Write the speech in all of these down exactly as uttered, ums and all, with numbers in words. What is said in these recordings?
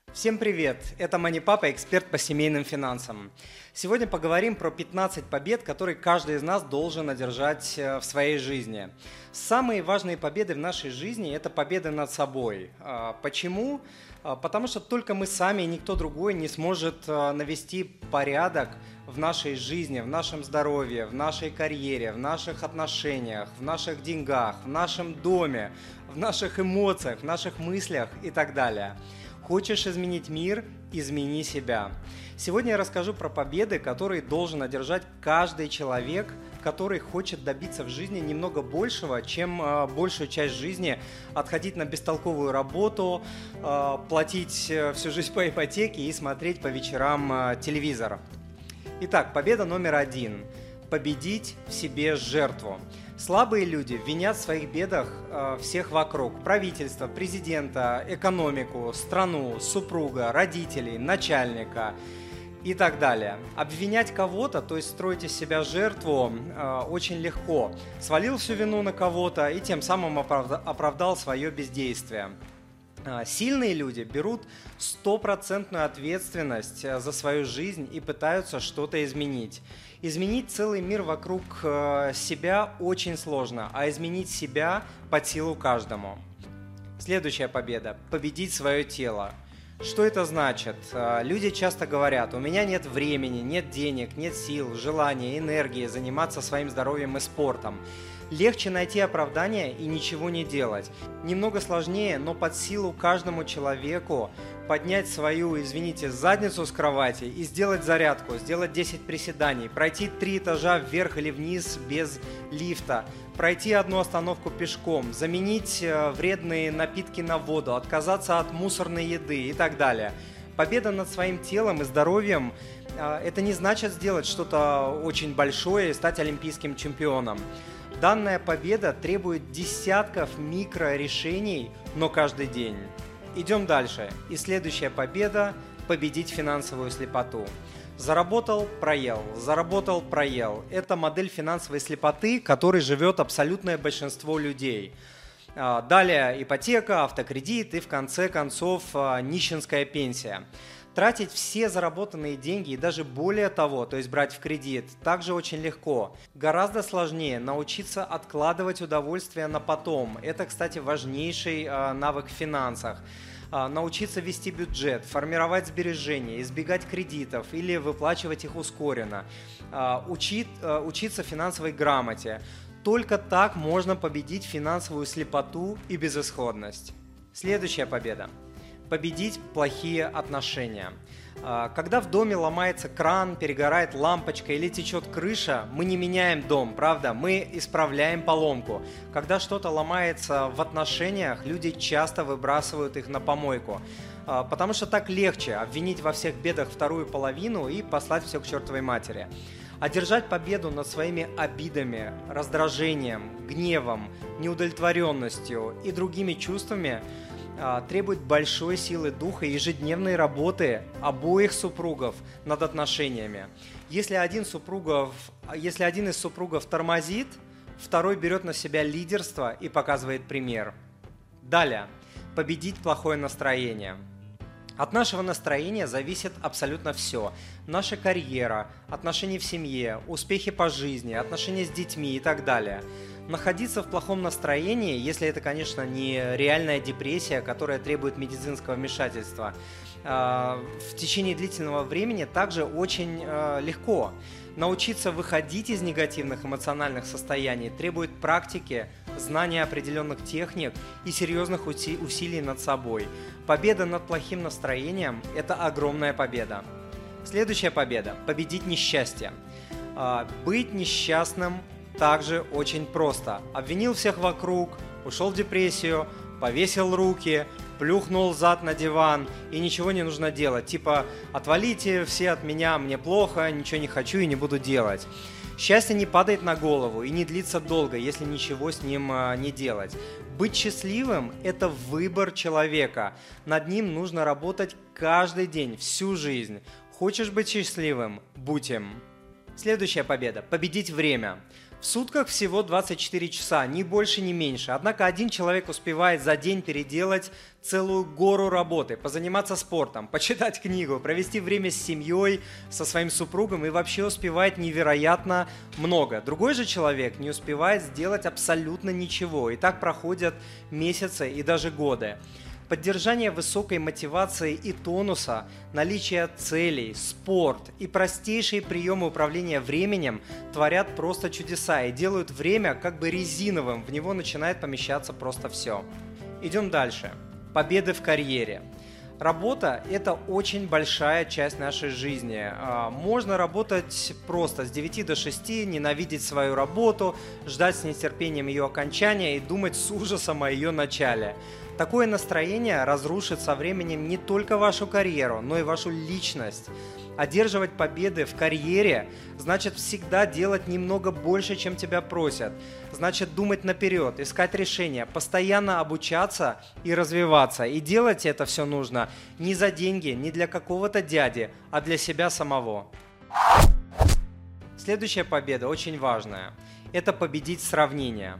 Всем привет! Это Манипапа, эксперт по семейным финансам. Сегодня поговорим про пятнадцать побед, которые каждый из нас должен одержать в своей жизни. Самые важные победы в нашей жизни – это победы над собой. Почему? Потому что только мы сами и никто другой не сможет навести порядок в нашей жизни, в нашем здоровье, в нашей карьере, в наших отношениях, в наших деньгах, в нашем доме, в наших эмоциях, в наших мыслях и так далее. Хочешь изменить мир – измени себя. Сегодня я расскажу про победы, которые должен одержать каждый человек, который хочет добиться в жизни немного большего, чем э, большую часть жизни отходить на бестолковую работу, э, платить всю жизнь по ипотеке и смотреть по вечерам э, телевизор. Итак, победа номер один – победить в себе жертву. Слабые люди винят в своих бедах э, всех вокруг – правительство, президента, экономику, страну, супруга, родителей, начальника и так далее. Обвинять кого-то, то есть строить из себя жертву, э, очень легко. Свалил всю вину на кого-то и тем самым оправда- оправдал свое бездействие. Сильные люди берут стопроцентную ответственность за свою жизнь и пытаются что-то изменить. Изменить целый мир вокруг себя очень сложно, а изменить себя под силу каждому. Следующая победа – победить свое тело. Что это значит? Люди часто говорят: у меня нет времени, нет денег, нет сил, желания, энергии заниматься своим здоровьем и спортом. Легче найти оправдание и ничего не делать. Немного сложнее, но под силу каждому человеку поднять свою, извините, задницу с кровати и сделать зарядку, сделать десять приседаний, пройти три этажа вверх или вниз без лифта, пройти одну остановку пешком, заменить вредные напитки на воду, отказаться от мусорной еды и так далее. Победа над своим телом и здоровьем – это не значит сделать что-то очень большое и стать олимпийским чемпионом. Данная победа требует десятков микрорешений, но каждый день. Идем дальше. И следующая победа – победить финансовую слепоту. Заработал – проел, заработал – проел. Это модель финансовой слепоты, которой живет абсолютное большинство людей. Далее ипотека, автокредит и в конце концов нищенская пенсия. Тратить все заработанные деньги и даже более того, то есть брать в кредит, также очень легко. Гораздо сложнее научиться откладывать удовольствие на потом. Это, кстати, важнейший э, навык в финансах. Э, научиться вести бюджет, формировать сбережения, избегать кредитов или выплачивать их ускоренно. Э, учить, э, учиться финансовой грамоте. Только так можно победить финансовую слепоту и безысходность. Следующая победа. Победить плохие отношения. Когда в доме ломается кран, перегорает лампочка или течет крыша, мы не меняем дом, правда? Мы исправляем поломку. Когда что-то ломается в отношениях, люди часто выбрасывают их на помойку. Потому что так легче обвинить во всех бедах вторую половину и послать все к чертовой матери. Одержать победу над своими обидами, раздражением, гневом, неудовлетворенностью и другими чувствами требует большой силы духа и ежедневной работы обоих супругов над отношениями. Если один, супругов, если один из супругов тормозит, второй берет на себя лидерство и показывает пример. Далее. Победить плохое настроение. От нашего настроения зависит абсолютно все. Наша карьера, отношения в семье, успехи по жизни, отношения с детьми и так далее. Находиться в плохом настроении, если это, конечно, не реальная депрессия, которая требует медицинского вмешательства, в течение длительного времени также очень легко. Научиться выходить из негативных эмоциональных состояний требует практики, знания определенных техник и серьезных усилий над собой. Победа над плохим настроением – это огромная победа. Следующая победа – победить несчастье. Быть несчастным также очень просто. Обвинил всех вокруг, ушел в депрессию, повесил руки, плюхнул зад на диван и ничего не нужно делать. Типа отвалите все от меня, мне плохо, ничего не хочу и не буду делать. Счастье не падает на голову и не длится долго, если ничего с ним не делать. Быть счастливым – это выбор человека. Над ним нужно работать каждый день, всю жизнь. Хочешь быть счастливым – будь им. Следующая победа – победить время. В сутках всего двадцать четыре часа, ни больше, ни меньше. Однако один человек успевает за день переделать целую гору работы, позаниматься спортом, почитать книгу, провести время с семьей, со своим супругом и вообще успевает невероятно много. Другой же человек не успевает сделать абсолютно ничего. И так проходят месяцы и даже годы. Поддержание высокой мотивации и тонуса, наличие целей, спорт и простейшие приемы управления временем творят просто чудеса и делают время как бы резиновым, в него начинает помещаться просто все. Идем дальше. Победы в карьере. Работа – это очень большая часть нашей жизни. Можно работать просто с девяти до шести, ненавидеть свою работу, ждать с нетерпением ее окончания и думать с ужасом о ее начале. Такое настроение разрушит со временем не только вашу карьеру, но и вашу личность. Одерживать победы в карьере значит всегда делать немного больше, чем тебя просят. Значит думать наперед, искать решения, постоянно обучаться и развиваться. И делать это все нужно не за деньги, не для какого-то дяди, а для себя самого. Следующая победа очень важная. Это победить сравнение.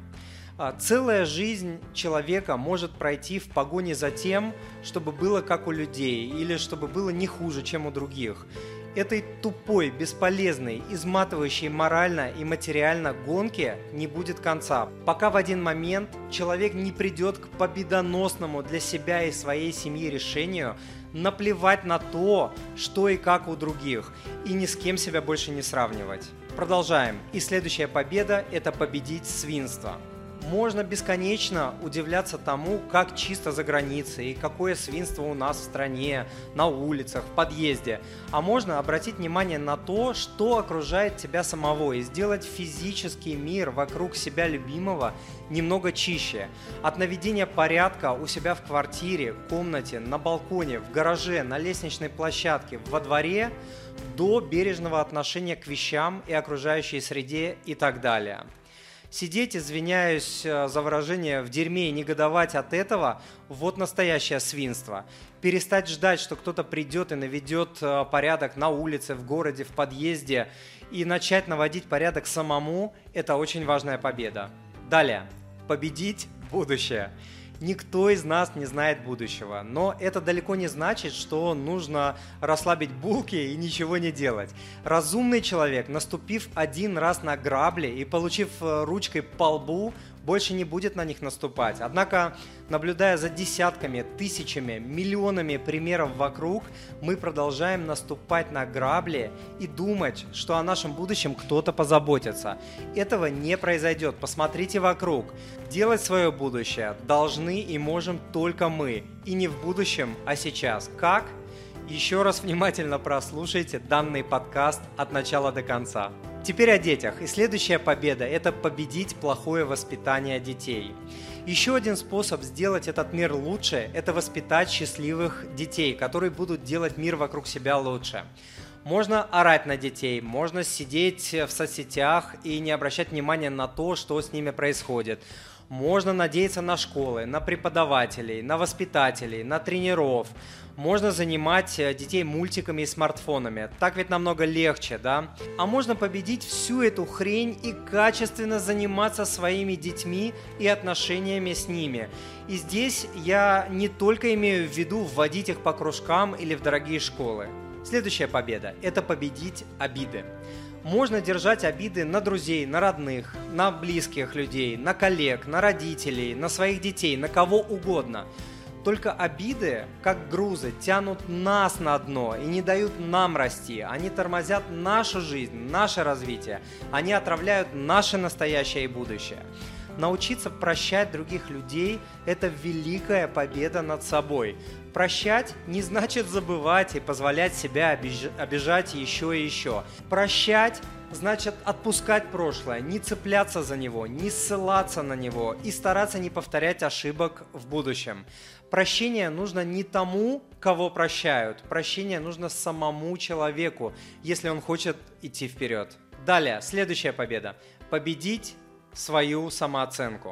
Целая жизнь человека может пройти в погоне за тем, чтобы было как у людей или чтобы было не хуже, чем у других. Этой тупой, бесполезной, изматывающей морально и материально гонке не будет конца, пока в один момент человек не придет к победоносному для себя и своей семьи решению наплевать на то, что и как у других, и ни с кем себя больше не сравнивать. Продолжаем. И следующая победа – это победить свинство. Можно бесконечно удивляться тому, как чисто за границей и какое свинство у нас в стране, на улицах, в подъезде. А можно обратить внимание на то, что окружает тебя самого, и сделать физический мир вокруг себя любимого немного чище. От наведения порядка у себя в квартире, комнате, на балконе, в гараже, на лестничной площадке, во дворе, до бережного отношения к вещам и окружающей среде и так далее. Сидеть, извиняюсь за выражение, в дерьме и негодовать от этого – вот настоящее свинство. Перестать ждать, что кто-то придет и наведет порядок на улице, в городе, в подъезде, и начать наводить порядок самому – это очень важная победа. Далее. Победить будущее. Никто из нас не знает будущего, но это далеко не значит, что нужно расслабить булки и ничего не делать. Разумный человек, наступив один раз на грабли и получив ручкой по лбу, больше не будет на них наступать. Однако, наблюдая за десятками, тысячами, миллионами примеров вокруг, мы продолжаем наступать на грабли и думать, что о нашем будущем кто-то позаботится. Этого не произойдет. Посмотрите вокруг. Делать свое будущее должны и можем только мы. И не в будущем, а сейчас. Как? Еще раз внимательно прослушайте данный подкаст от начала до конца. Теперь о детях. И следующая победа – это победить плохое воспитание детей. Еще один способ сделать этот мир лучше – это воспитать счастливых детей, которые будут делать мир вокруг себя лучше. Можно орать на детей, можно сидеть в соцсетях и не обращать внимания на то, что с ними происходит. Можно надеяться на школы, на преподавателей, на воспитателей, на тренеров. Можно занимать детей мультиками и смартфонами. Так ведь намного легче, да? А можно победить всю эту хрень и качественно заниматься своими детьми и отношениями с ними. И здесь я не только имею в виду вводить их по кружкам или в дорогие школы. Следующая победа – это победить обиды. Можно держать обиды на друзей, на родных, на близких людей, на коллег, на родителей, на своих детей, на кого угодно. Только обиды, как грузы, тянут нас на дно и не дают нам расти. Они тормозят нашу жизнь, наше развитие. Они отравляют наше настоящее и будущее. Научиться прощать других людей – это великая победа над собой. Прощать не значит забывать и позволять себя обиж... обижать еще и еще. Прощать значит отпускать прошлое, не цепляться за него, не ссылаться на него и стараться не повторять ошибок в будущем. Прощение нужно не тому, кого прощают. Прощение нужно самому человеку, если он хочет идти вперед. Далее, следующая победа. Победить свою самооценку.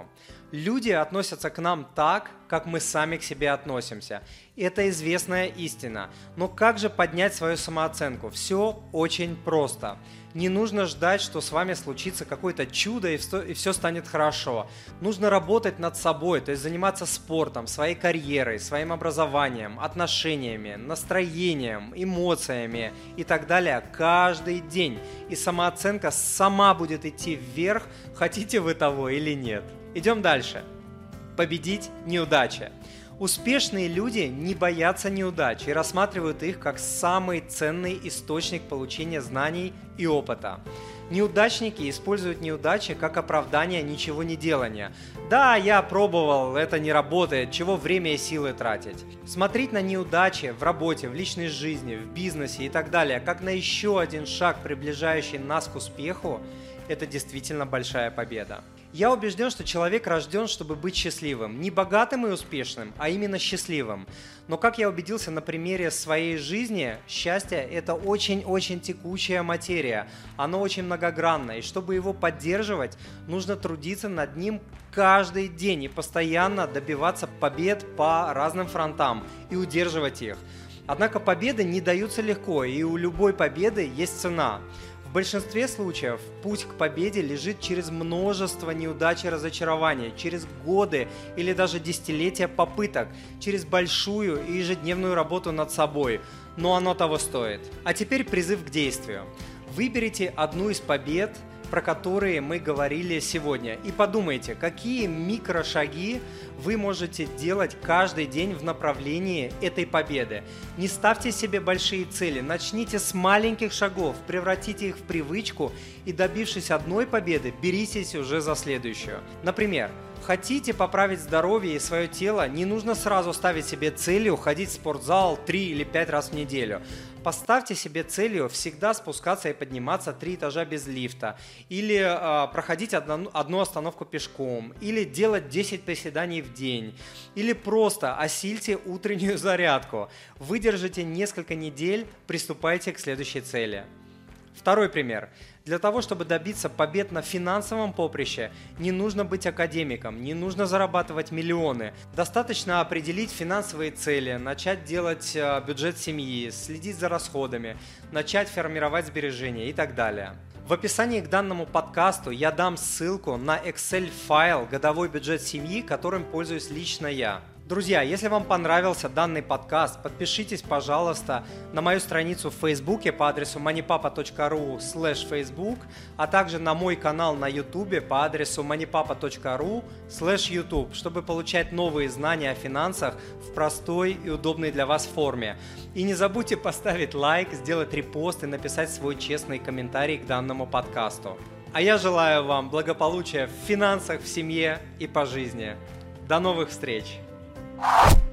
Люди относятся к нам так, как мы сами к себе относимся. Это известная истина. Но как же поднять свою самооценку? Все очень просто. Не нужно ждать, что с вами случится какое-то чудо и все станет хорошо. Нужно работать над собой, то есть заниматься спортом, своей карьерой, своим образованием, отношениями, настроением, эмоциями и так далее каждый день. И самооценка сама будет идти вверх, хотите вы того или нет. Идем дальше. Победить неудачи. Успешные люди не боятся неудач и рассматривают их как самый ценный источник получения знаний и опыта. Неудачники используют неудачи как оправдание ничего не делания. Да, я пробовал, это не работает, чего время и силы тратить. Смотреть на неудачи в работе, в личной жизни, в бизнесе и так далее, как на еще один шаг, приближающий нас к успеху, это действительно большая победа. Я убежден, что человек рожден, чтобы быть счастливым. Не богатым и успешным, а именно счастливым. Но как я убедился на примере своей жизни, счастье – это очень-очень текучая материя. Оно очень многогранно, и чтобы его поддерживать, нужно трудиться над ним каждый день и постоянно добиваться побед по разным фронтам и удерживать их. Однако победы не даются легко, и у любой победы есть цена. В большинстве случаев путь к победе лежит через множество неудач и разочарований, через годы или даже десятилетия попыток, через большую и ежедневную работу над собой. Но оно того стоит. А теперь призыв к действию. Выберите одну из побед, про которые мы говорили сегодня, и подумайте, какие микрошаги вы можете делать каждый день в направлении этой победы. Не ставьте себе большие цели, начните с маленьких шагов, превратите их в привычку и, добившись одной победы, беритесь уже за следующую. Например, хотите поправить здоровье и свое тело, не нужно сразу ставить себе целью ходить в спортзал три или пять раз в неделю. Поставьте себе целью всегда спускаться и подниматься три этажа без лифта, или э, проходить одну, одну остановку пешком, или делать десять приседаний в день, или просто осильте утреннюю зарядку. Выдержите несколько недель, приступайте к следующей цели. Второй пример. Для того, чтобы добиться побед на финансовом поприще, не нужно быть академиком, не нужно зарабатывать миллионы. Достаточно определить финансовые цели, начать делать бюджет семьи, следить за расходами, начать формировать сбережения и так далее. В описании к данному подкасту я дам ссылку на Excel-файл «Годовой бюджет семьи», которым пользуюсь лично я. Друзья, если вам понравился данный подкаст, подпишитесь, пожалуйста, на мою страницу в Фейсбуке по адресу moneypapa точка ру слэш фейсбук, а также на мой канал на Ютубе по адресу moneypapa точка ру слэш ютуб, чтобы получать новые знания о финансах в простой и удобной для вас форме. И не забудьте поставить лайк, сделать репост и написать свой честный комментарий к данному подкасту. А я желаю вам благополучия в финансах, в семье и по жизни. До новых встреч!